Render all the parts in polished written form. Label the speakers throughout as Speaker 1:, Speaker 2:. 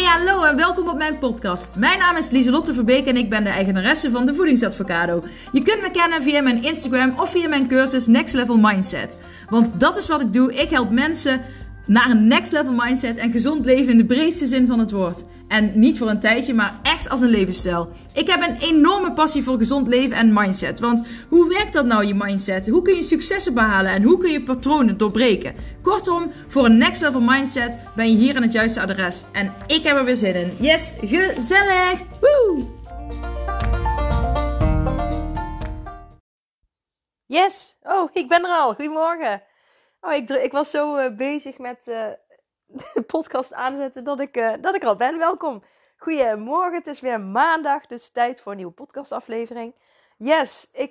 Speaker 1: Hallo en welkom op mijn podcast. Mijn naam is Lieselotte Verbeek en ik ben de eigenaresse van de Voedingsadvocado. Je kunt me kennen via mijn Instagram of via mijn cursus Next Level Mindset. Want dat is wat ik doe. Ik help mensen naar een next level mindset en gezond leven in de breedste zin van het woord. En niet voor een tijdje, maar echt als een levensstijl. Ik heb een enorme passie voor gezond leven en mindset. Want hoe werkt dat nou, je mindset? Hoe kun je successen behalen en hoe kun je patronen doorbreken? Kortom, voor een next level mindset ben je hier aan het juiste adres. En ik heb er weer zin in. Yes, gezellig! Woe!
Speaker 2: Yes! Oh, ik ben er al. Goedemorgen. Oh, ik was zo bezig met de podcast aanzetten dat ik er al ben. Welkom. Goedemorgen. Het is weer maandag, dus tijd voor een nieuwe podcastaflevering. Yes, ik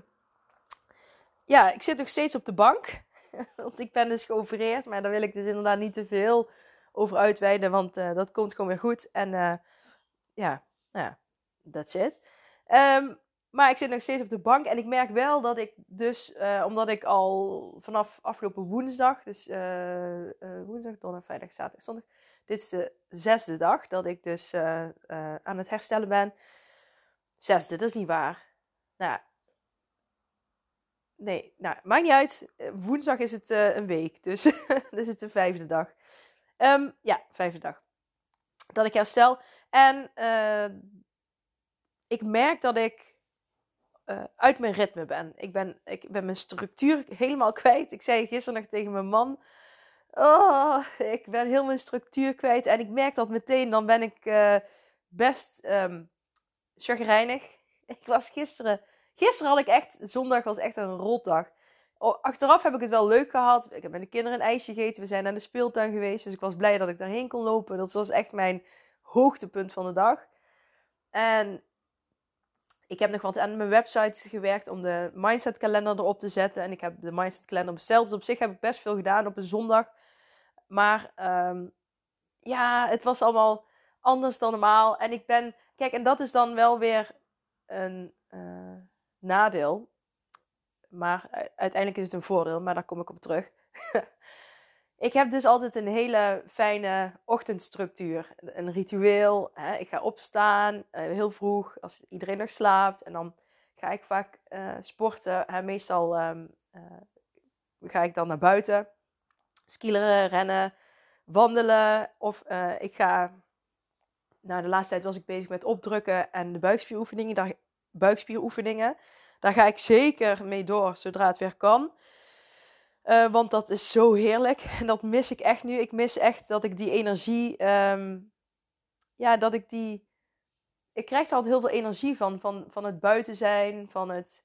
Speaker 2: zit nog steeds op de bank. Want ik ben dus geopereerd, maar daar wil ik dus inderdaad niet te veel over uitweiden, want dat komt gewoon weer goed. En that's it. Maar ik zit nog steeds op de bank en ik merk wel dat ik dus, omdat ik al vanaf afgelopen woensdag, dus woensdag, donderdag, vrijdag, zaterdag, zondag, dit is de 6e dag dat ik dus aan het herstellen ben. 6e, dat is niet waar. Maakt niet uit. Woensdag is het een week, dus dus is het de 5e dag. 5e dag dat ik herstel. En ik merk dat ik uit mijn ritme ben. Ik ben mijn structuur helemaal kwijt. Ik zei gisteren nog tegen mijn man, ik ben heel mijn structuur kwijt. En ik merk dat meteen, dan ben ik best chagrijnig. Ik was gisteren had ik echt, zondag was echt een rotdag. Achteraf heb ik het wel leuk gehad. Ik heb met de kinderen een ijsje gegeten. We zijn naar de speeltuin geweest. Dus ik was blij dat ik daarheen kon lopen. Dat was echt mijn hoogtepunt van de dag. En ik heb nog wat aan mijn website gewerkt om de mindset kalender erop te zetten. En ik heb de mindset kalender besteld. Dus op zich heb ik best veel gedaan op een zondag. Maar het was allemaal anders dan normaal. En en dat is dan wel weer een nadeel. Maar uiteindelijk is het een voordeel. Maar daar kom ik op terug. Ik heb dus altijd een hele fijne ochtendstructuur. Een ritueel. Ik ga opstaan heel vroeg als iedereen nog slaapt. En dan ga ik vaak sporten. Meestal ga ik dan naar buiten. Skileren, rennen, wandelen. Of ik ga... Nou, de laatste tijd was ik bezig met opdrukken en de buikspieroefeningen. Daar ga ik zeker mee door zodra het weer kan. Want dat is zo heerlijk. En dat mis ik echt nu. Ik mis echt dat ik die energie... Ik krijg er altijd heel veel energie van het buiten zijn. Van het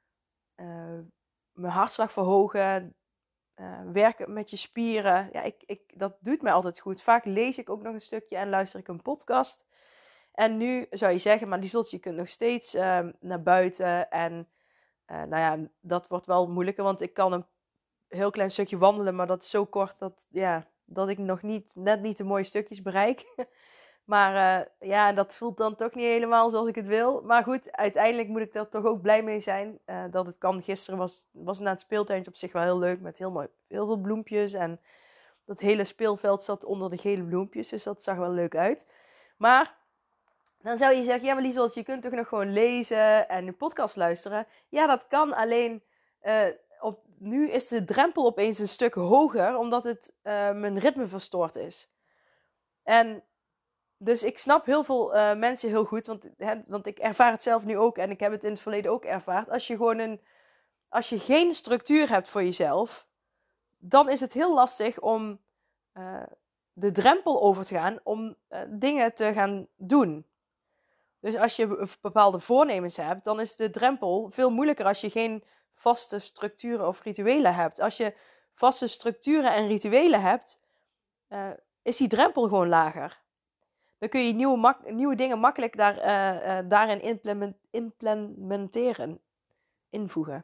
Speaker 2: mijn hartslag verhogen. Werken met je spieren. Ja, dat doet mij altijd goed. Vaak lees ik ook nog een stukje en luister ik een podcast. En nu zou je zeggen, maar Lieselotte, je kunt nog steeds naar buiten. En dat wordt wel moeilijker, want ik kan een heel klein stukje wandelen, maar dat is zo kort dat ik nog net niet de mooie stukjes bereik. Maar dat voelt dan toch niet helemaal zoals ik het wil. Maar goed, uiteindelijk moet ik er toch ook blij mee zijn dat het kan. Gisteren was na het speeltuintje op zich wel heel leuk met heel veel bloempjes. En dat hele speelveld zat onder de gele bloempjes, dus dat zag wel leuk uit. Maar dan zou je zeggen, ja maar Lieselotte, je kunt toch nog gewoon lezen en een podcast luisteren? Ja, dat kan, alleen nu is de drempel opeens een stuk hoger, omdat het mijn ritme verstoord is. En dus ik snap heel veel mensen heel goed, want ik ervaar het zelf nu ook en ik heb het in het verleden ook ervaard. Als je geen structuur hebt voor jezelf, dan is het heel lastig om de drempel over te gaan om dingen te gaan doen. Dus als je bepaalde voornemens hebt, dan is de drempel veel moeilijker als je geen vaste structuren of rituelen hebt. Als je vaste structuren en rituelen hebt, is die drempel gewoon lager. Dan kun je nieuwe dingen makkelijk daarin implementeren, invoegen.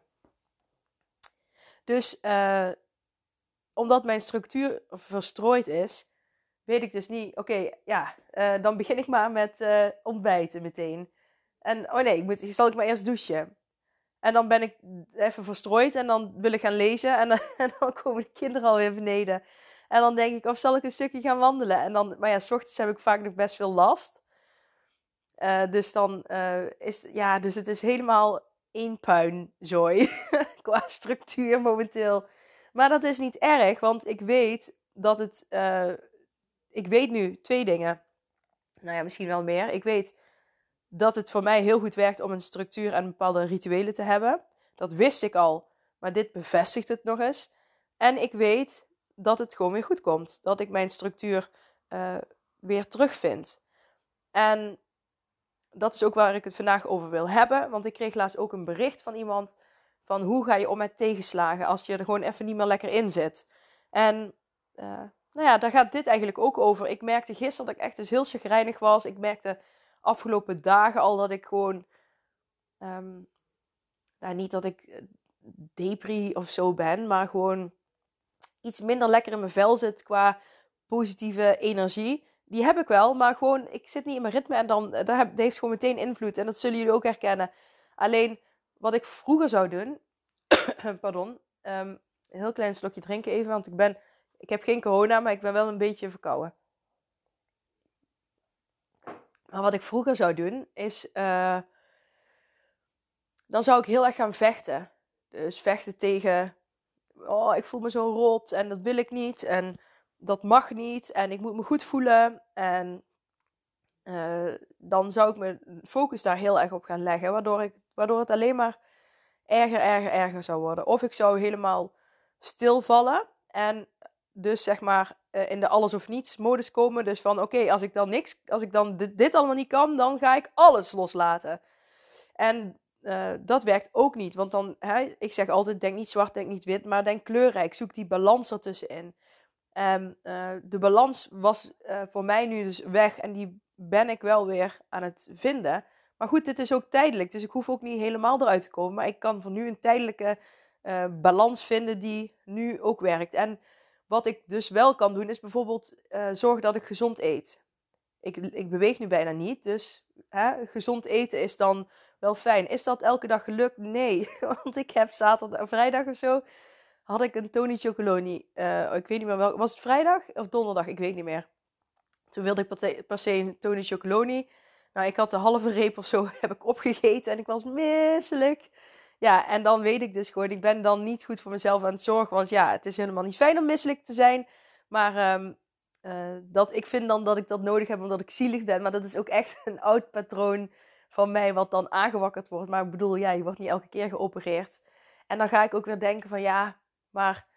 Speaker 2: Dus omdat mijn structuur verstrooid is, weet ik dus niet, dan begin ik maar met ontbijten meteen. En zal ik maar eerst douchen. En dan ben ik even verstrooid en dan wil ik gaan lezen en dan komen de kinderen alweer beneden. En dan denk ik, of zal ik een stukje gaan wandelen? En dan, maar ja, 's ochtends heb ik vaak nog best veel last. Dus dan dus het is helemaal één puinzooi qua structuur momenteel. Maar dat is niet erg, want ik weet dat het... ik weet nu 2 dingen. Nou ja, misschien wel meer. Ik weet dat het voor mij heel goed werkt om een structuur en bepaalde rituelen te hebben. Dat wist ik al, maar dit bevestigt het nog eens. En ik weet dat het gewoon weer goed komt. Dat ik mijn structuur weer terugvind. En dat is ook waar ik het vandaag over wil hebben. Want ik kreeg laatst ook een bericht van iemand van hoe ga je om met tegenslagen als je er gewoon even niet meer lekker in zit. En daar gaat dit eigenlijk ook over. Ik merkte gisteren dat ik echt dus heel chagrijnig was. Ik merkte afgelopen dagen al dat ik gewoon... niet dat ik depri of zo ben, maar gewoon iets minder lekker in mijn vel zit qua positieve energie. Die heb ik wel, maar gewoon, ik zit niet in mijn ritme en dat heeft gewoon meteen invloed. En dat zullen jullie ook herkennen. Alleen, wat ik vroeger zou doen... pardon, een heel klein slokje drinken even, want ik heb geen corona, maar ik ben wel een beetje verkouden. Maar wat ik vroeger zou doen, is... dan zou ik heel erg gaan vechten. Dus vechten tegen... Oh, ik voel me zo rot en dat wil ik niet. En dat mag niet. En ik moet me goed voelen. En dan zou ik mijn focus daar heel erg op gaan leggen. Waardoor het alleen maar erger zou worden. Of ik zou helemaal stilvallen. En dus zeg maar in de alles of niets modus komen. Dus van oké, als ik dan dit allemaal niet kan, dan ga ik alles loslaten. En dat werkt ook niet. Want dan, ik zeg altijd, denk niet zwart, denk niet wit, maar denk kleurrijk. Zoek die balans ertussenin. En de balans was voor mij nu dus weg. En die ben ik wel weer aan het vinden. Maar goed, dit is ook tijdelijk. Dus ik hoef ook niet helemaal eruit te komen. Maar ik kan voor nu een tijdelijke balans vinden die nu ook werkt. En wat ik dus wel kan doen, is bijvoorbeeld zorgen dat ik gezond eet. Ik beweeg nu bijna niet. Dus gezond eten is dan wel fijn. Is dat elke dag gelukt? Nee. Want ik heb vrijdag of zo... had ik een Tony Chocoloni. Ik weet niet meer welke. Was het vrijdag of donderdag? Ik weet niet meer. Toen wilde ik per se een Tony Chocoloni. Nou, ik had de halve reep of zo heb ik opgegeten. En ik was misselijk. Ja, en dan weet ik dus gewoon... ik ben dan niet goed voor mezelf aan het zorgen. Want ja, het is helemaal niet fijn om misselijk te zijn. Maar ik vind dan dat ik dat nodig heb omdat ik zielig ben. Maar dat is ook echt een oud patroon van mij wat dan aangewakkerd wordt. Maar ik bedoel, ja, je wordt niet elke keer geopereerd. En dan ga ik ook weer denken van ja, maar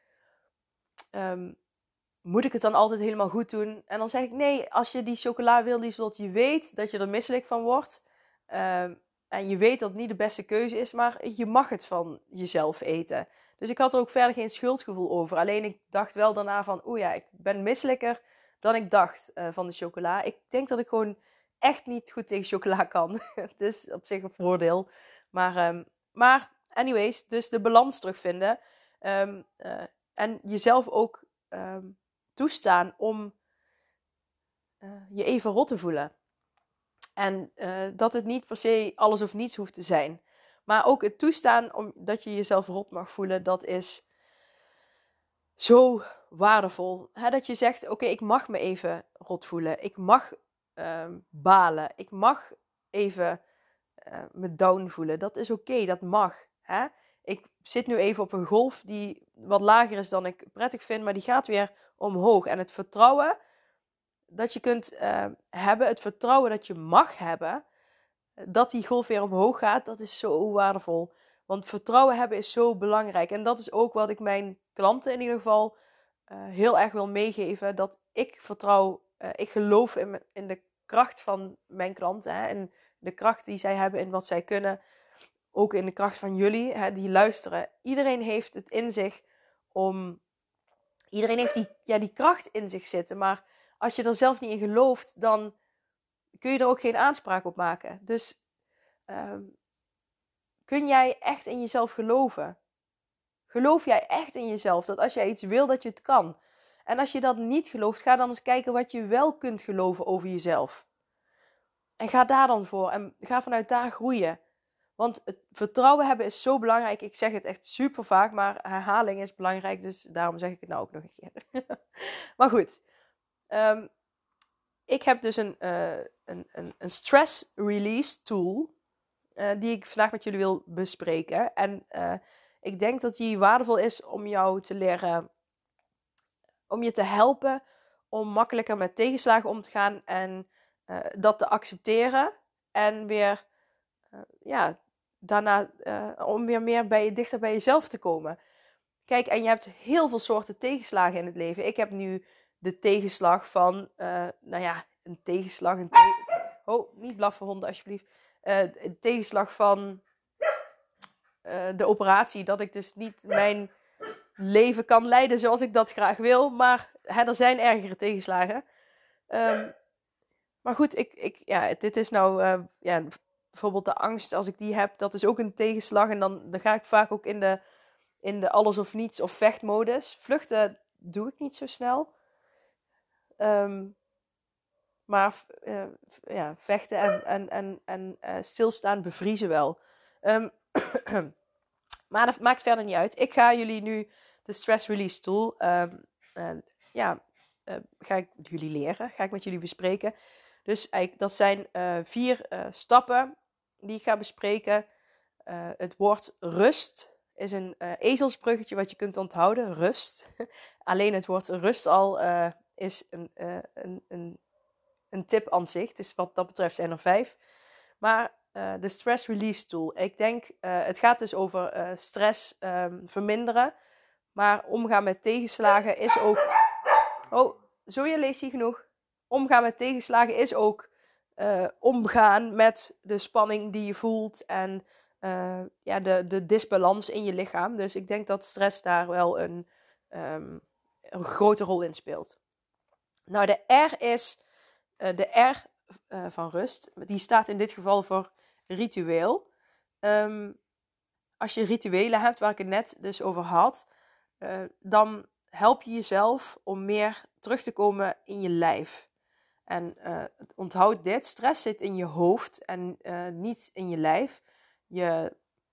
Speaker 2: moet ik het dan altijd helemaal goed doen? En dan zeg ik nee, als je die chocola wil, zodat je weet dat je er misselijk van wordt. En je weet dat het niet de beste keuze is, maar je mag het van jezelf eten. Dus ik had er ook verder geen schuldgevoel over. Alleen ik dacht wel daarna van, oeh ja, ik ben misselijker dan ik dacht van de chocola. Ik denk dat ik gewoon echt niet goed tegen chocola kan. Dus op zich een voordeel. Maar anyways, dus de balans terugvinden. En jezelf ook toestaan om je even rot te voelen. En dat het niet per se alles of niets hoeft te zijn. Maar ook het toestaan dat je jezelf rot mag voelen, dat is zo waardevol. Dat je zegt, oké, ik mag me even rot voelen. Ik mag balen. Ik mag even me down voelen. Dat is oké, dat mag. Ik zit nu even op een golf die wat lager is dan ik prettig vind, maar die gaat weer omhoog. En het vertrouwen dat je kunt hebben, het vertrouwen dat je mag hebben, dat die golf weer omhoog gaat, dat is zo waardevol. Want vertrouwen hebben is zo belangrijk. En dat is ook wat ik mijn klanten in ieder geval heel erg wil meegeven. Dat ik vertrouw, ik geloof in de kracht van mijn klanten. En de kracht die zij hebben in wat zij kunnen. Ook in de kracht van jullie, die luisteren. Iedereen heeft het in zich iedereen heeft die kracht in zich zitten. Maar als je er zelf niet in gelooft, dan kun je er ook geen aanspraak op maken. Dus kun jij echt in jezelf geloven? Geloof jij echt in jezelf dat als jij iets wil, dat je het kan? En als je dat niet gelooft, ga dan eens kijken wat je wel kunt geloven over jezelf. En ga daar dan voor en ga vanuit daar groeien. Want het vertrouwen hebben is zo belangrijk. Ik zeg het echt super vaak, maar herhaling is belangrijk. Dus daarom zeg ik het nou ook nog een keer. Maar goed. Ik heb dus een stress release tool. Die ik vandaag met jullie wil bespreken. En ik denk dat die waardevol is om jou te leren. Om je te helpen om makkelijker met tegenslagen om te gaan. En dat te accepteren. En weer daarna om weer meer dichter bij jezelf te komen. Kijk, en je hebt heel veel soorten tegenslagen in het leven. Ik heb nu de tegenslag van, een tegenslag. Niet blaffen honden alsjeblieft. Een tegenslag van de operatie. Dat ik dus niet mijn leven kan leiden zoals ik dat graag wil. Maar er zijn ergere tegenslagen. Maar goed, dit is nou... bijvoorbeeld de angst, als ik die heb, dat is ook een tegenslag. En dan ga ik vaak ook in de alles of niets of vechtmodus. Vluchten doe ik niet zo snel. Maar vechten en stilstaan bevriezen wel. Maar dat maakt verder niet uit. Ik ga jullie nu de Stress Release Tool ga ik jullie leren. Ga ik met jullie bespreken. Dus dat zijn 4 stappen die ik ga bespreken. Het woord rust is een ezelsbruggetje wat je kunt onthouden. Rust. Alleen het woord rust al is een tip aan zich. Dus wat dat betreft zijn er 5. Maar de Stress Release Tool. Ik denk, het gaat dus over stress verminderen. Maar omgaan met tegenslagen is ook... Oh, zo je leest hier genoeg. Omgaan met tegenslagen is ook omgaan met de spanning die je voelt en de disbalans in je lichaam. Dus ik denk dat stress daar wel een grote rol in speelt. Nou, de R is de R van rust. Die staat in dit geval voor ritueel. Als je rituelen hebt, waar ik het net dus over had, dan help je jezelf om meer terug te komen in je lijf. En onthoud dit, stress zit in je hoofd en niet in je lijf. Je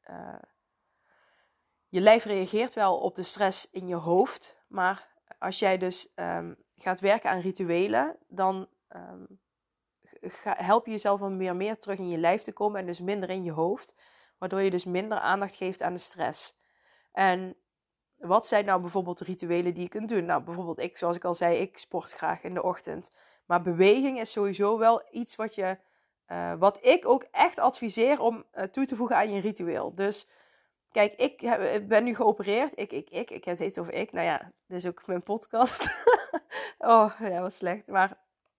Speaker 2: lijf reageert wel op de stress in je hoofd. Maar als jij dus gaat werken aan rituelen, dan help je jezelf om meer terug in je lijf te komen en dus minder in je hoofd. Waardoor je dus minder aandacht geeft aan de stress. En wat zijn nou bijvoorbeeld rituelen die je kunt doen? Nou, bijvoorbeeld zoals ik al zei, ik sport graag in de ochtend. Maar beweging is sowieso wel iets wat ik ook echt adviseer om toe te voegen aan je ritueel. Dus kijk, ik ben nu geopereerd. Ik heb het heet over ik. Nou ja, dit is ook mijn podcast. Oh, ja, wat slecht. Maar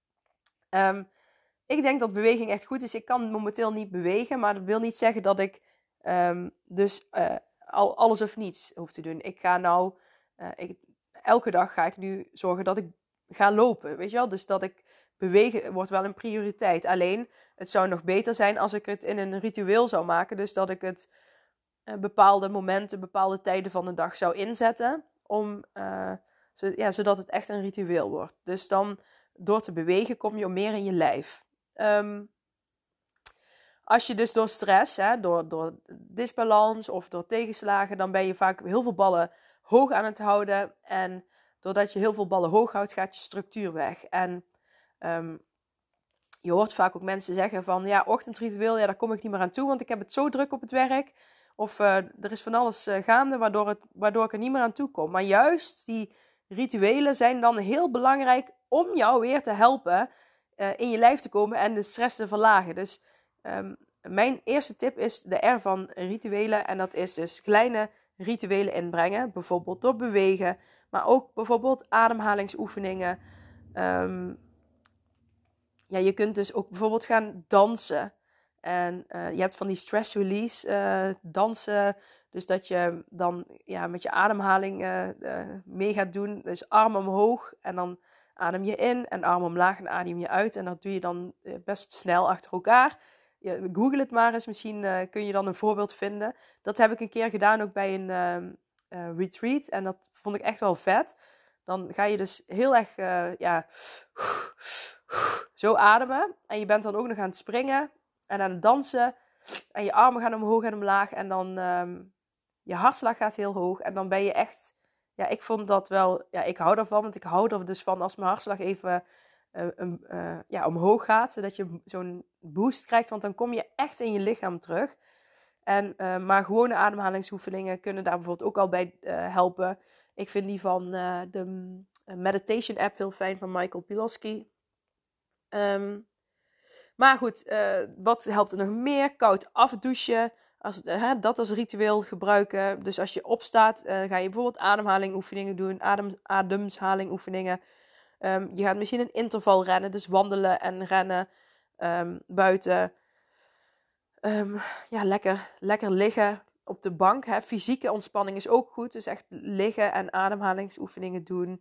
Speaker 2: ik denk dat beweging echt goed is. Ik kan momenteel niet bewegen, maar dat wil niet zeggen dat ik alles of niets hoef te doen. Ik ga elke dag ga ik nu zorgen dat ik ga lopen, weet je wel. Dus dat ik bewegen wordt wel een prioriteit. Alleen, het zou nog beter zijn als ik het in een ritueel zou maken. Dus dat ik het bepaalde momenten, bepaalde tijden van de dag zou inzetten. Zodat het echt een ritueel wordt. Dus dan, door te bewegen, kom je meer in je lijf. Als je dus door stress, door disbalans of door tegenslagen, dan ben je vaak heel veel ballen hoog aan het houden. En doordat je heel veel ballen hoog houdt, gaat je structuur weg. En je hoort vaak ook mensen zeggen van, ja, ochtendritueel, ja, daar kom ik niet meer aan toe, want ik heb het zo druk op het werk. Of er is van alles gaande, waardoor ik er niet meer aan toe kom. Maar juist die rituelen zijn dan heel belangrijk om jou weer te helpen in je lijf te komen en de stress te verlagen. Dus mijn eerste tip is de R van rituelen. En dat is dus kleine rituelen inbrengen. Bijvoorbeeld door bewegen. Maar ook bijvoorbeeld ademhalingsoefeningen. Je kunt dus ook bijvoorbeeld gaan dansen. En je hebt van die stress release dansen. Dus dat je dan met je ademhaling mee gaat doen. Dus armen omhoog en dan adem je in. En armen omlaag en adem je uit. En dat doe je dan best snel achter elkaar. Google het maar eens. Misschien kun je dan een voorbeeld vinden. Dat heb ik een keer gedaan ook bij een retreat. En dat vond ik echt wel vet. Dan ga je dus heel erg zo ademen. En je bent dan ook nog aan het springen en aan het dansen. En je armen gaan omhoog en omlaag. En dan je hartslag gaat heel hoog. En dan ben je echt... Ja, ik vond dat wel... Ja, ik hou daarvan. Want ik hou er dus van als mijn hartslag even omhoog gaat. Zodat je zo'n boost krijgt. Want dan kom je echt in je lichaam terug. Maar gewone ademhalingsoefeningen kunnen daar bijvoorbeeld ook al bij helpen. Ik vind die van de meditation app heel fijn van Michael Pilowsky. Maar goed, wat helpt er nog meer? Koud afdouchen. Dat als ritueel gebruiken. Dus als je opstaat, ga je bijvoorbeeld ademhalingoefeningen doen. Ademhalingsoefeningen. Je gaat misschien een interval rennen. Dus wandelen en rennen buiten. Lekker liggen op de bank. Hè. Fysieke ontspanning is ook goed. Dus echt liggen en ademhalingsoefeningen doen.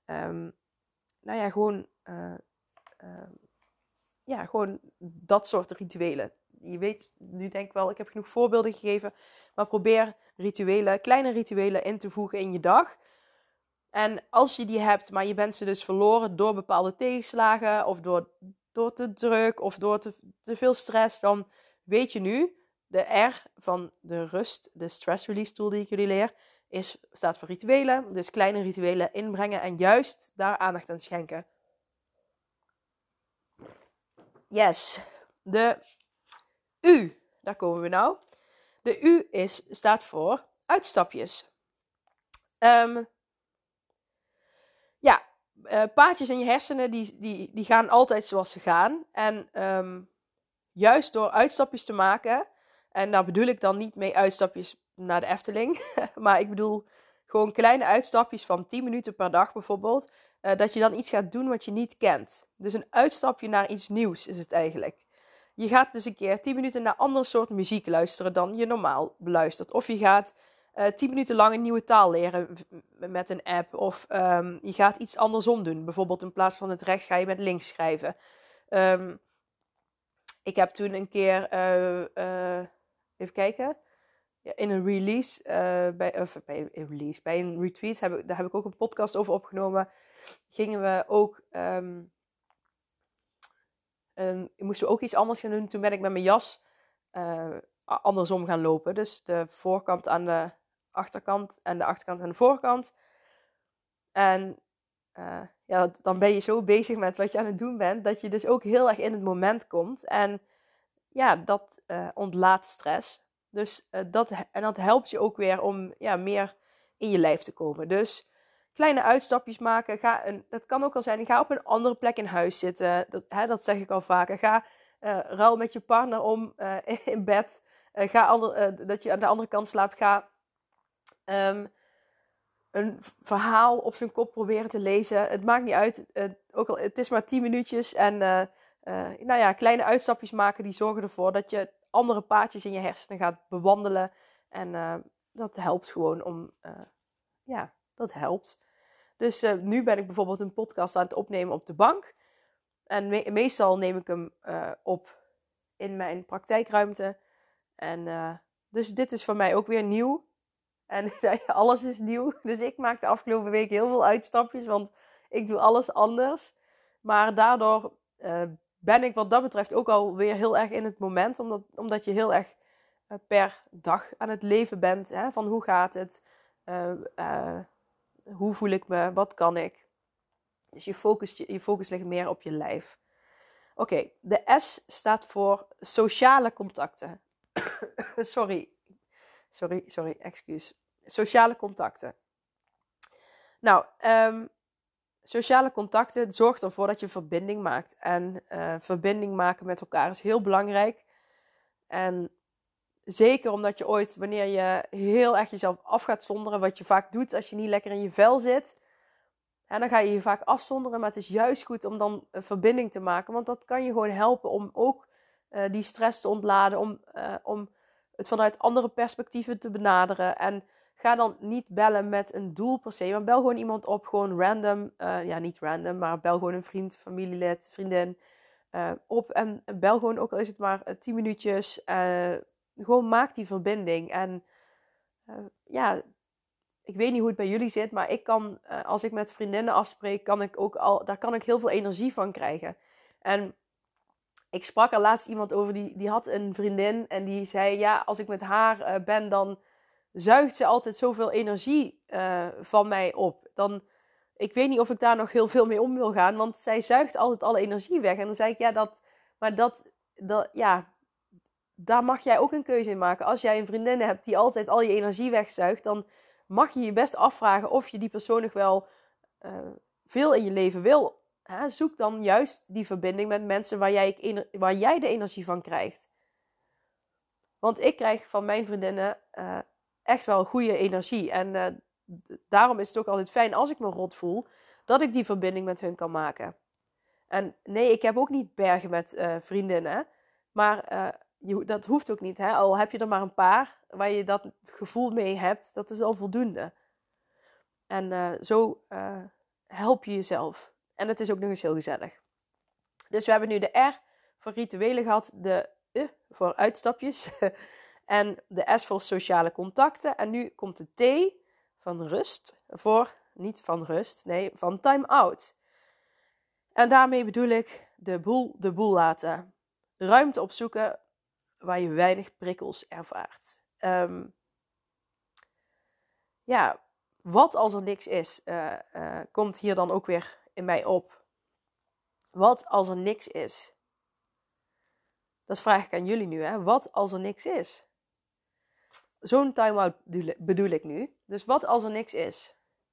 Speaker 2: Gewoon dat soort rituelen. Je weet, nu denk ik wel, ik heb genoeg voorbeelden gegeven. Maar probeer kleine rituelen in te voegen in je dag. En als je die hebt, maar je bent ze dus verloren door bepaalde tegenslagen. Of door te druk of door te veel stress. Dan weet je nu, de R van de rust, de stress release tool die ik jullie leer, staat voor rituelen. Dus kleine rituelen inbrengen en juist daar aandacht aan schenken. Yes, de U, daar komen we nou. De U staat voor uitstapjes. Paadjes in je hersenen die gaan altijd zoals ze gaan. En juist door uitstapjes te maken, en daar bedoel ik dan niet mee uitstapjes naar de Efteling, maar ik bedoel gewoon kleine uitstapjes van 10 minuten per dag bijvoorbeeld, dat je dan iets gaat doen wat je niet kent. Dus een uitstapje naar iets nieuws is het eigenlijk. Je gaat dus een keer 10 minuten naar ander soort muziek luisteren dan je normaal beluistert. Of je gaat 10 minuten lang een nieuwe taal leren met een app. Of je gaat iets andersom doen. Bijvoorbeeld in plaats van het rechts ga je met links schrijven. Ik heb toen een keer, even kijken, in een release, bij een retreat, daar heb ik ook een podcast over opgenomen. Gingen we ook, moesten we ook iets anders gaan doen. Toen ben ik met mijn jas andersom gaan lopen. Dus de voorkant aan de achterkant en de achterkant aan de voorkant. En dan ben je zo bezig met wat je aan het doen bent, dat je dus ook heel erg in het moment komt. En ja, dat ontlaat stress. Dus dat helpt je ook weer om meer in je lijf te komen. Dus kleine uitstapjes maken. Dat kan ook al zijn, ga op een andere plek in huis zitten. Dat zeg ik al vaker. Ga ruil met je partner om in bed. Dat je aan de andere kant slaapt. Ga een verhaal op zijn kop proberen te lezen. Het maakt niet uit. Ook al, het is maar 10 minuutjes. En kleine uitstapjes maken die zorgen ervoor dat je andere paadjes in je hersenen gaat bewandelen. En dat helpt gewoon dat helpt. Dus nu ben ik bijvoorbeeld een podcast aan het opnemen op de bank. En meestal neem ik hem op in mijn praktijkruimte. En dus dit is voor mij ook weer nieuw. En alles is nieuw. Dus ik maak de afgelopen week heel veel uitstapjes. Want ik doe alles anders. Maar daardoor ben ik wat dat betreft ook alweer heel erg in het moment. Omdat je heel erg per dag aan het leven bent. Hè? Van hoe gaat het? Hoe voel ik me? Wat kan ik? Dus je focus ligt meer op je lijf. Oké, de S staat voor sociale contacten. Sorry, excuus. Sociale contacten. Nou, sociale contacten zorgt ervoor dat je verbinding maakt. En verbinding maken met elkaar is heel belangrijk. En zeker omdat je ooit, wanneer je heel erg jezelf af gaat zonderen, wat je vaak doet als je niet lekker in je vel zit, en dan ga je je vaak afzonderen. Maar het is juist goed om dan een verbinding te maken. Want dat kan je gewoon helpen om ook die stress te ontladen. Om het vanuit andere perspectieven te benaderen. En ga dan niet bellen met een doel per se. Maar bel gewoon iemand op, gewoon random. Niet random, maar bel gewoon een vriend, familielid, vriendin op. En bel gewoon, ook al is het maar 10 minuutjes. Gewoon maak die verbinding. En ik weet niet hoe het bij jullie zit, maar ik kan, als ik met vriendinnen afspreek, daar kan ik heel veel energie van krijgen. En Ik sprak er laatst iemand over, die had een vriendin en die zei, ja, als ik met haar ben, dan zuigt ze altijd zoveel energie van mij op. Ik weet niet of ik daar nog heel veel mee om wil gaan, want zij zuigt altijd alle energie weg. En dan zei ik, ja, daar mag jij ook een keuze in maken. Als jij een vriendin hebt die altijd al je energie wegzuigt, dan mag je je best afvragen of je die persoon nog wel veel in je leven wil. Zoek dan juist die verbinding met mensen waar jij de energie van krijgt. Want ik krijg van mijn vriendinnen echt wel goede energie. En daarom is het ook altijd fijn als ik me rot voel, dat ik die verbinding met hun kan maken. En nee, ik heb ook niet bergen met vriendinnen. Maar dat hoeft ook niet. Hè? Al heb je er maar een paar waar je dat gevoel mee hebt, dat is al voldoende. En zo help je jezelf. En het is ook nog eens heel gezellig. Dus we hebben nu de R voor rituelen gehad, de U voor uitstapjes en de S voor sociale contacten. En nu komt de T van rust voor, niet van rust, nee, van time out. En daarmee bedoel ik de boel laten. Ruimte opzoeken waar je weinig prikkels ervaart. Wat als er niks is, komt hier dan ook weer in mij op. Wat als er niks is? Dat vraag ik aan jullie nu, hè. Wat als er niks is? Zo'n time-out bedoel ik nu. Dus wat als er niks is?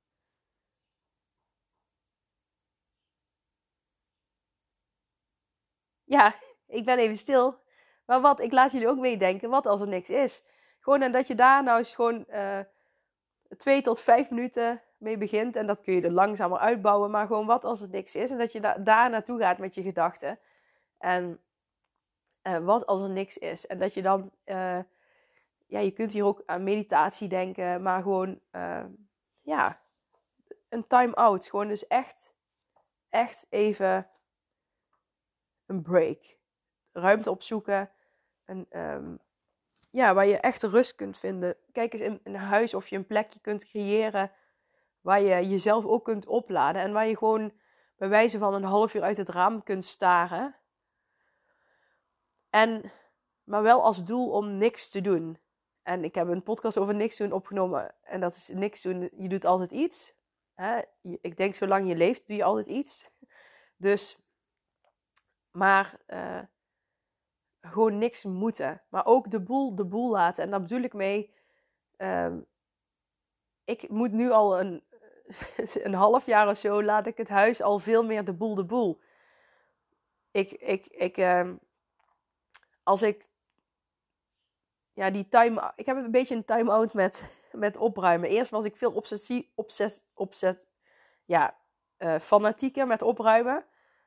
Speaker 2: Ja, ik ben even stil. Maar ik laat jullie ook meedenken. Wat als er niks is? Gewoon en dat je daar nou eens gewoon 2 tot 5 minuten mee begint. En dat kun je er langzamer uitbouwen. Maar gewoon wat als er niks is. En dat je daar naartoe gaat met je gedachten. En wat als er niks is. En dat je dan... je kunt hier ook aan meditatie denken. Maar gewoon... een time-out. Gewoon dus echt even... een break. Ruimte opzoeken. Waar je echt rust kunt vinden. Kijk eens in een huis of je een plekje kunt creëren waar je jezelf ook kunt opladen. En waar je gewoon bij wijze van een half uur uit het raam kunt staren. Maar wel als doel om niks te doen. En ik heb een podcast over niks doen opgenomen. En dat is niks doen. Je doet altijd iets. Ik denk zolang je leeft doe je altijd iets. Dus... Maar gewoon niks moeten. Maar ook de boel laten. En daar bedoel ik mee... ik moet nu al een half jaar of zo... laat ik het huis al veel meer de boel. Als ik... Ja, ik heb een beetje een time-out met opruimen. Eerst was ik veel fanatieker met opruimen.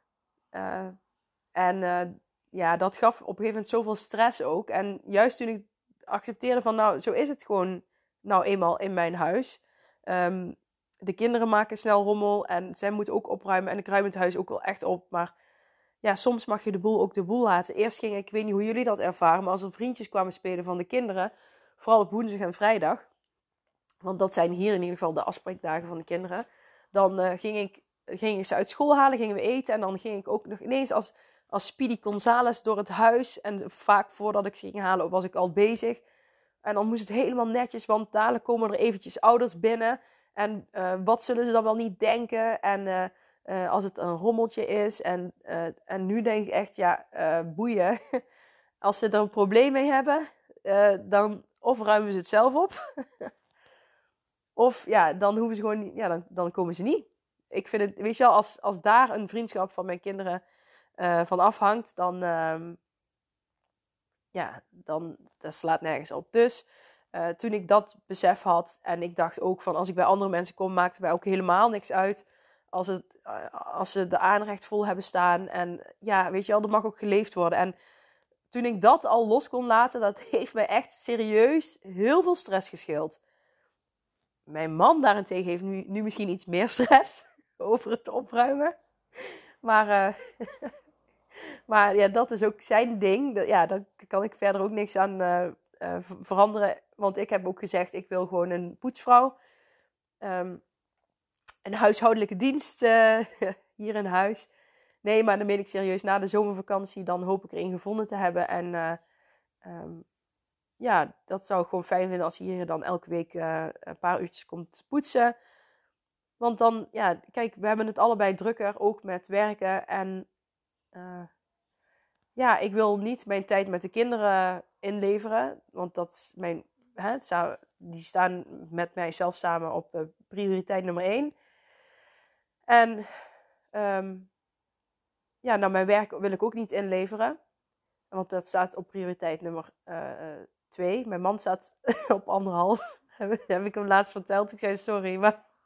Speaker 2: Dat gaf op een gegeven moment zoveel stress ook. En juist toen ik accepteerde van... nou, zo is het gewoon nou eenmaal in mijn huis. De kinderen maken snel rommel. En zij moeten ook opruimen. En ik ruim het huis ook wel echt op. Maar ja, soms mag je de boel ook de boel laten. Eerst ging ik weet niet hoe jullie dat ervaren... maar als er vriendjes kwamen spelen van de kinderen... vooral op woensdag en vrijdag... want dat zijn hier in ieder geval de afspraakdagen van de kinderen... dan ging ik ze uit school halen, gingen we eten... en dan ging ik ook nog ineens als Speedy Gonzales door het huis... en vaak voordat ik ze ging halen was ik al bezig... en dan moest het helemaal netjes... want dadelijk komen er eventjes ouders binnen... en wat zullen ze dan wel niet denken... en als het een rommeltje is... en nu denk ik echt, boeien... als ze er een probleem mee hebben... dan of ruimen ze het zelf op... of dan hoeven ze gewoon niet... dan komen ze niet... Ik vind het, weet je wel, als daar een vriendschap van mijn kinderen van afhangt, dan dat slaat nergens op. Dus toen ik dat besef had en ik dacht ook van als ik bij andere mensen kom, maakt het mij ook helemaal niks uit als ze de aanrecht vol hebben staan. En ja, weet je wel, er mag ook geleefd worden. En toen ik dat al los kon laten, dat heeft mij echt serieus heel veel stress gescheeld. Mijn man daarentegen heeft nu misschien iets meer stress over het opruimen. Maar ja, dat is ook zijn ding. Daar kan ik verder ook niks aan veranderen. Want ik heb ook gezegd, ik wil gewoon een poetsvrouw. Een huishoudelijke dienst hier in huis. Nee, maar dan meen ik serieus. Na de zomervakantie dan hoop ik er een gevonden te hebben. En dat zou ik gewoon fijn vinden als hij hier dan elke week een paar uurtjes komt poetsen. Want dan, ja, kijk, we hebben het allebei drukker, ook met werken. En ik wil niet mijn tijd met de kinderen inleveren. Want dat is die staan met mij zelf samen op prioriteit nummer 1. En mijn werk wil ik ook niet inleveren. Want dat staat op prioriteit nummer 2. Mijn man staat op 1,5. Heb ik hem laatst verteld. Ik zei sorry,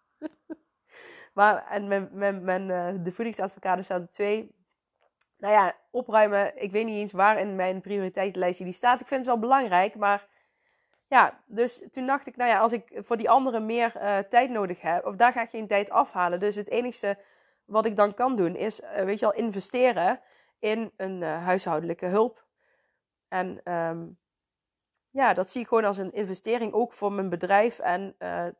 Speaker 2: maar de voedingsadvocaat staat op 2. Nou ja, opruimen. Ik weet niet eens waar in mijn prioriteitenlijstje die staat. Ik vind het wel belangrijk, maar ja, dus toen dacht ik, nou ja, als ik voor die anderen meer tijd nodig heb, of daar ga ik geen tijd afhalen. Dus het enigste wat ik dan kan doen is, investeren in een huishoudelijke hulp. En dat zie ik gewoon als een investering ook voor mijn bedrijf. En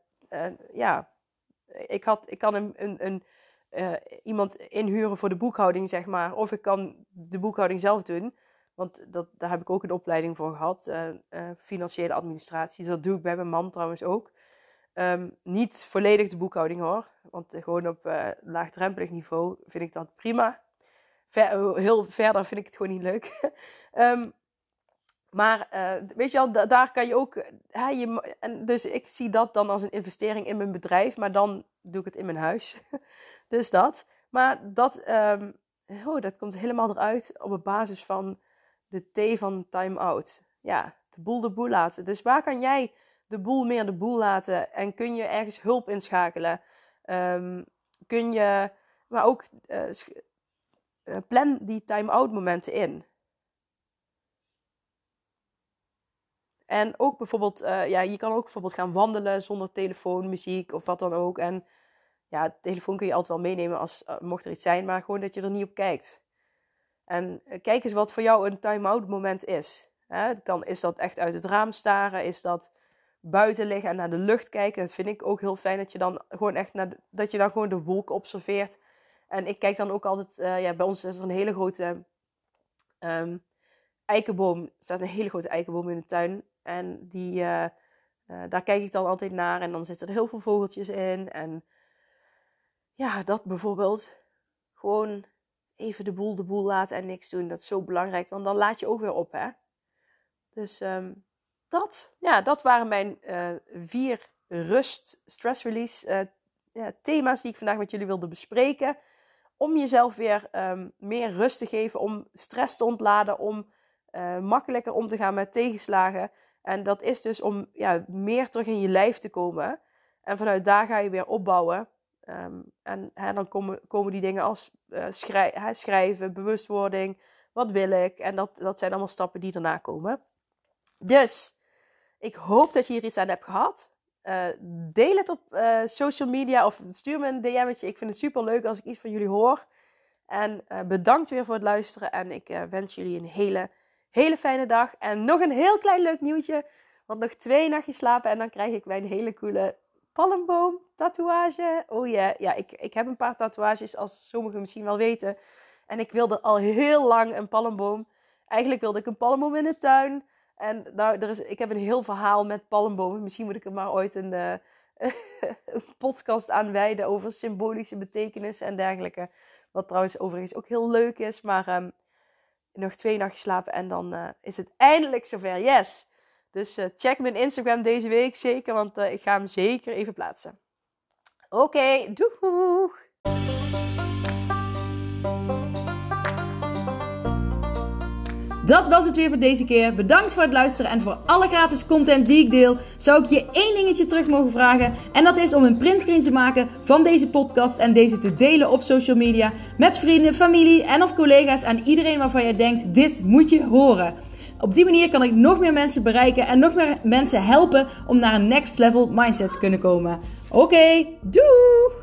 Speaker 2: ik kan iemand inhuren voor de boekhouding, zeg maar. Of ik kan de boekhouding zelf doen. Want daar heb ik ook een opleiding voor gehad. Financiële administratie. Dat doe ik bij mijn man trouwens ook. Niet volledig de boekhouding hoor. Want gewoon op laagdrempelig niveau vind ik dat prima. Heel verder vind ik het gewoon niet leuk. Maar weet je wel, daar kan je ook... dus ik zie dat dan als een investering in mijn bedrijf. Maar dan doe ik het in mijn huis. Dus dat. Maar dat komt helemaal eruit op basis van de T van time-out. Ja, de boel laten. Dus waar kan jij de boel meer de boel laten? En kun je ergens hulp inschakelen? Kun je... Maar ook plan die time-out momenten in. En ook bijvoorbeeld, je kan ook bijvoorbeeld gaan wandelen zonder telefoon, muziek of wat dan ook. En ja, de telefoon kun je altijd wel meenemen mocht er iets zijn, maar gewoon dat je er niet op kijkt. En kijk eens wat voor jou een time-out moment is. Is dat echt uit het raam staren? Is dat buiten liggen en naar de lucht kijken? Dat vind ik ook heel fijn, dat je dan gewoon echt dat je dan gewoon de wolken observeert. En ik kijk dan ook altijd, bij ons is er een hele grote eikenboom. Er staat een hele grote eikenboom in de tuin. En daar kijk ik dan altijd naar. En dan zitten er heel veel vogeltjes in. En ja, dat bijvoorbeeld. Gewoon even de boel laten en niks doen. Dat is zo belangrijk. Want dan laat je ook weer op, hè. Dus dat waren mijn 4 stress release thema's die ik vandaag met jullie wilde bespreken. Om jezelf weer meer rust te geven. Om stress te ontladen. Om makkelijker om te gaan met tegenslagen. En dat is dus om meer terug in je lijf te komen. En vanuit daar ga je weer opbouwen. En dan komen die dingen als schrijven, bewustwording. Wat wil ik? En dat zijn allemaal stappen die daarna komen. Dus, ik hoop dat je hier iets aan hebt gehad. Deel het op social media of stuur me een DM'tje. Ik vind het super leuk als ik iets van jullie hoor. En bedankt weer voor het luisteren. En ik wens jullie een hele fijne dag. En nog een heel klein leuk nieuwtje. Want nog 2 nachtjes slapen en dan krijg ik mijn hele coole palmboom tatoeage. Oh yeah. Ja, ik heb een paar tatoeages, als sommigen misschien wel weten. En ik wilde al heel lang een palmboom. Eigenlijk wilde ik een palmboom in de tuin. En ik heb een heel verhaal met palmbomen. Misschien moet ik er maar ooit een podcast aan wijden over symbolische betekenis en dergelijke. Wat trouwens overigens ook heel leuk is. Maar nog 2 nachtjes slapen en dan is het eindelijk zover. Yes! Dus check mijn Instagram deze week zeker, want ik ga hem zeker even plaatsen. Oké, doeg!
Speaker 1: Dat was het weer voor deze keer. Bedankt voor het luisteren en voor alle gratis content die ik deel. Zou ik je 1 dingetje terug mogen vragen. En dat is om een printscreen te maken van deze podcast en deze te delen op social media. Met vrienden, familie en of collega's en iedereen waarvan je denkt, dit moet je horen. Op die manier kan ik nog meer mensen bereiken en nog meer mensen helpen om naar een next level mindset te kunnen komen. Oké, doeg!